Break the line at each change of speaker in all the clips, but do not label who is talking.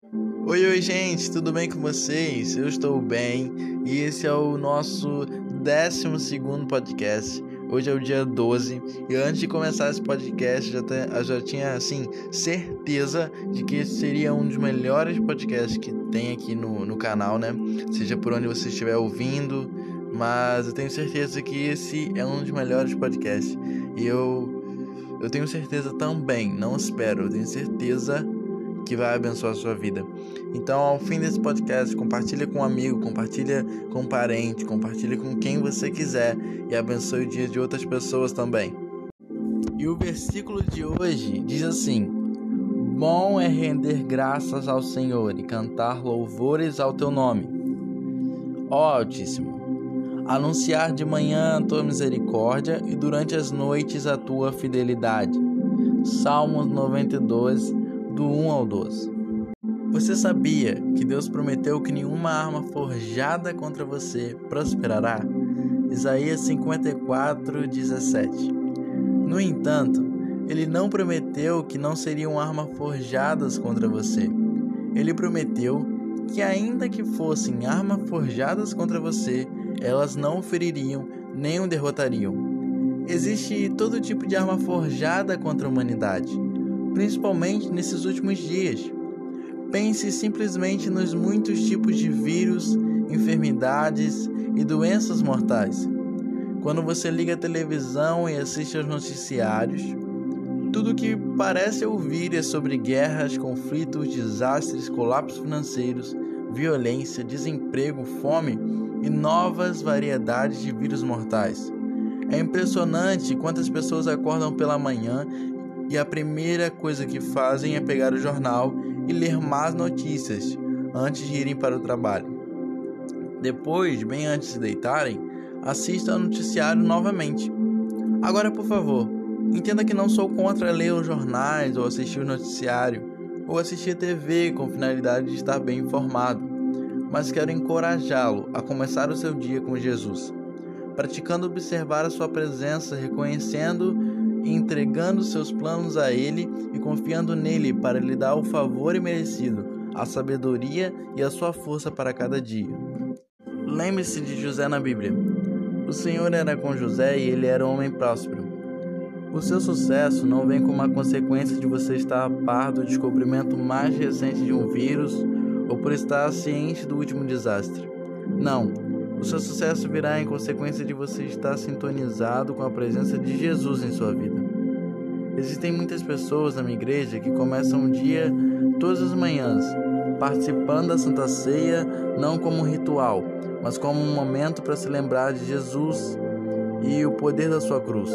Oi, gente, tudo bem com vocês? Eu estou bem e esse é o nosso 12º podcast. Hoje é o dia 12 e antes de começar esse podcast eu já tinha certeza de que esse seria um dos melhores podcasts que tem aqui no canal, né? Seja por onde você estiver ouvindo, mas eu tenho certeza que esse é um dos melhores podcasts e eu tenho certeza também, não espero, eu tenho certeza que vai abençoar a sua vida. Então, ao fim desse podcast, compartilha com um amigo, compartilha com um parente, compartilha com quem você quiser e abençoe o dia de outras pessoas também. E o versículo de hoje diz assim: bom é render graças ao Senhor e cantar louvores ao teu nome, ó Altíssimo, anunciar de manhã a tua misericórdia e durante as noites a tua fidelidade. Salmos 92, do 1 ao 12. Você sabia que Deus prometeu que nenhuma arma forjada contra você prosperará? Isaías 54, 17. No entanto, Ele não prometeu que não seriam armas forjadas contra você. Ele prometeu que ainda que fossem armas forjadas contra você, elas não o feririam nem o derrotariam. Existe todo tipo de arma forjada contra a humanidade, principalmente nesses últimos dias. Pense simplesmente nos muitos tipos de vírus, enfermidades e doenças mortais. Quando você liga a televisão e assiste aos noticiários, tudo o que parece ouvir é sobre guerras, conflitos, desastres, colapsos financeiros, violência, desemprego, fome e novas variedades de vírus mortais. É impressionante quantas pessoas acordam pela manhã e a primeira coisa que fazem é pegar o jornal e ler más notícias antes de irem para o trabalho. Depois, bem antes de deitarem, assistam ao noticiário novamente. Agora, por favor, entenda que não sou contra ler os jornais ou assistir o noticiário ou assistir TV com finalidade de estar bem informado, mas quero encorajá-lo a começar o seu dia com Jesus, praticando observar a sua presença, reconhecendo e entregando seus planos a Ele e confiando nele para lhe dar o favor imerecido, a sabedoria e a sua força para cada dia. Lembre-se de José na Bíblia. O Senhor era com José e ele era um homem próspero. O seu sucesso não vem como uma consequência de você estar a par do descobrimento mais recente de um vírus ou por estar ciente do último desastre. Não. O seu sucesso virá em consequência de você estar sintonizado com a presença de Jesus em sua vida. Existem muitas pessoas na minha igreja que começam o dia todas as manhãs, participando da Santa Ceia não como um ritual, mas como um momento para se lembrar de Jesus e o poder da sua cruz.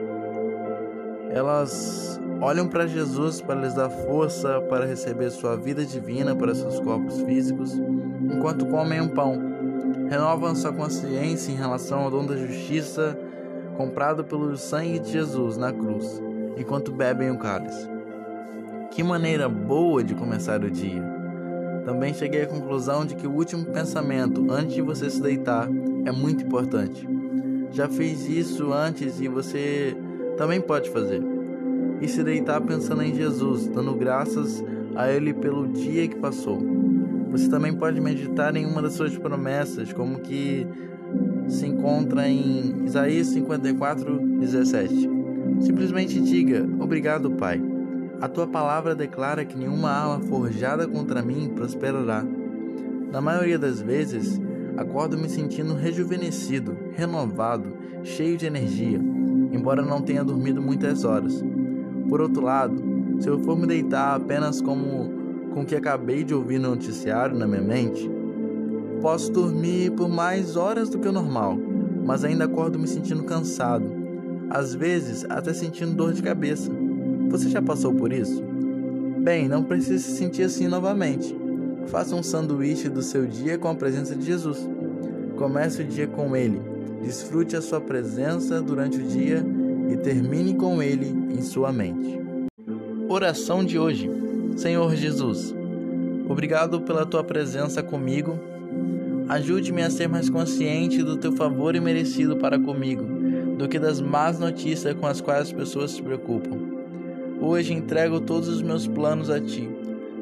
Elas olham para Jesus para lhes dar força para receber sua vida divina para seus corpos físicos, enquanto comem um pão. Renovam sua consciência em relação ao dom da justiça comprado pelo sangue de Jesus na cruz, enquanto bebem o cálice. Que maneira boa de começar o dia! Também cheguei à conclusão de que o último pensamento antes de você se deitar é muito importante. Já fiz isso antes e você também pode fazer. E se deitar pensando em Jesus, dando graças a Ele pelo dia que passou. Você também pode meditar em uma das suas promessas, como que se encontra em Isaías 54, 17. Simplesmente diga: obrigado, Pai. A tua palavra declara que nenhuma arma forjada contra mim prosperará. Na maioria das vezes, acordo me sentindo rejuvenescido, renovado, cheio de energia, embora não tenha dormido muitas horas. Por outro lado, se eu for me deitar apenas com o que acabei de ouvir no noticiário na minha mente, posso dormir por mais horas do que o normal, mas ainda acordo me sentindo cansado, às vezes até sentindo dor de cabeça. Você já passou por isso? Bem, não precisa se sentir assim novamente. Faça um sanduíche do seu dia com a presença de Jesus. Comece o dia com Ele, desfrute a sua presença durante o dia e termine com Ele em sua mente. Oração de hoje. Senhor Jesus, obrigado pela tua presença comigo. Ajude-me a ser mais consciente do teu favor imerecido para comigo, do que das más notícias com as quais as pessoas se preocupam. Hoje entrego todos os meus planos a ti.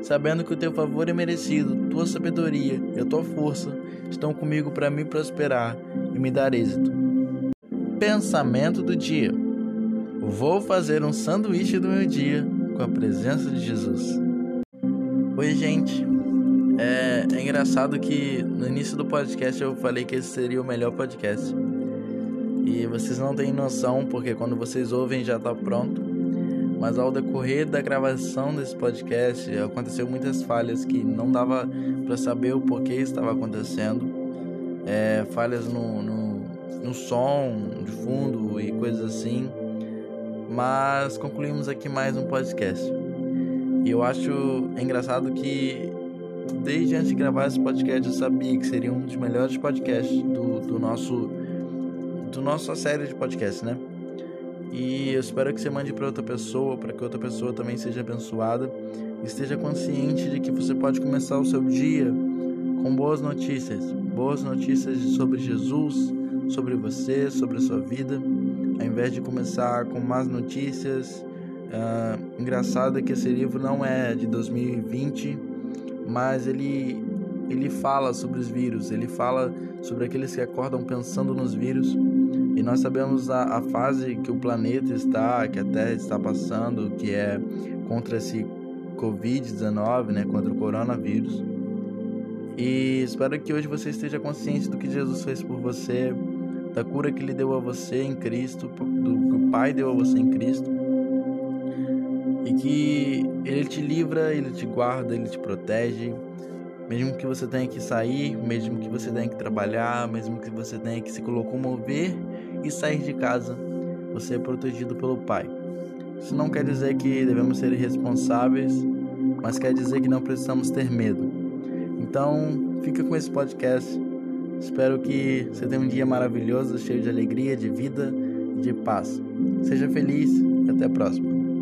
sabendo que o teu favor é merecido, tua sabedoria e a tua força estão comigo para me prosperar e me dar êxito. Pensamento do dia: vou fazer um sanduíche do meu dia com a presença de Jesus. Oi, gente. É engraçado que no início do podcast eu falei que esse seria o melhor podcast. E vocês não têm noção, porque quando vocês ouvem já está pronto. Mas ao decorrer da gravação desse podcast, aconteceu muitas falhas que não dava para saber o porquê estava acontecendo. Falhas no som de fundo e coisas assim. Mas concluímos aqui mais um podcast. E eu acho engraçado que desde antes de gravar esse podcast eu sabia que seria um dos melhores podcasts do nossa série de podcasts, né? E eu espero que você mande para outra pessoa, para que outra pessoa também seja abençoada e esteja consciente de que você pode começar o seu dia com boas notícias sobre Jesus, sobre você, sobre a sua vida, ao invés de começar com más notícias. Engraçado é que esse livro não é de 2020, mas ele fala sobre os vírus, ele fala sobre aqueles que acordam pensando nos vírus. E nós sabemos a fase que o planeta está, que a Terra está passando, que é contra esse Covid-19, né, contra o coronavírus. E espero que hoje você esteja consciente do que Jesus fez por você, da cura que Ele deu a você em Cristo, do que o Pai deu a você em Cristo. E que Ele te livra, Ele te guarda, Ele te protege. Mesmo que você tenha que sair, mesmo que você tenha que trabalhar, mesmo que você tenha que se locomover e sair de casa, você é protegido pelo Pai. Isso não quer dizer que devemos ser irresponsáveis, mas quer dizer que não precisamos ter medo. Então, fica com esse podcast. Espero que você tenha um dia maravilhoso, cheio de alegria, de vida e de paz. Seja feliz e até a próxima.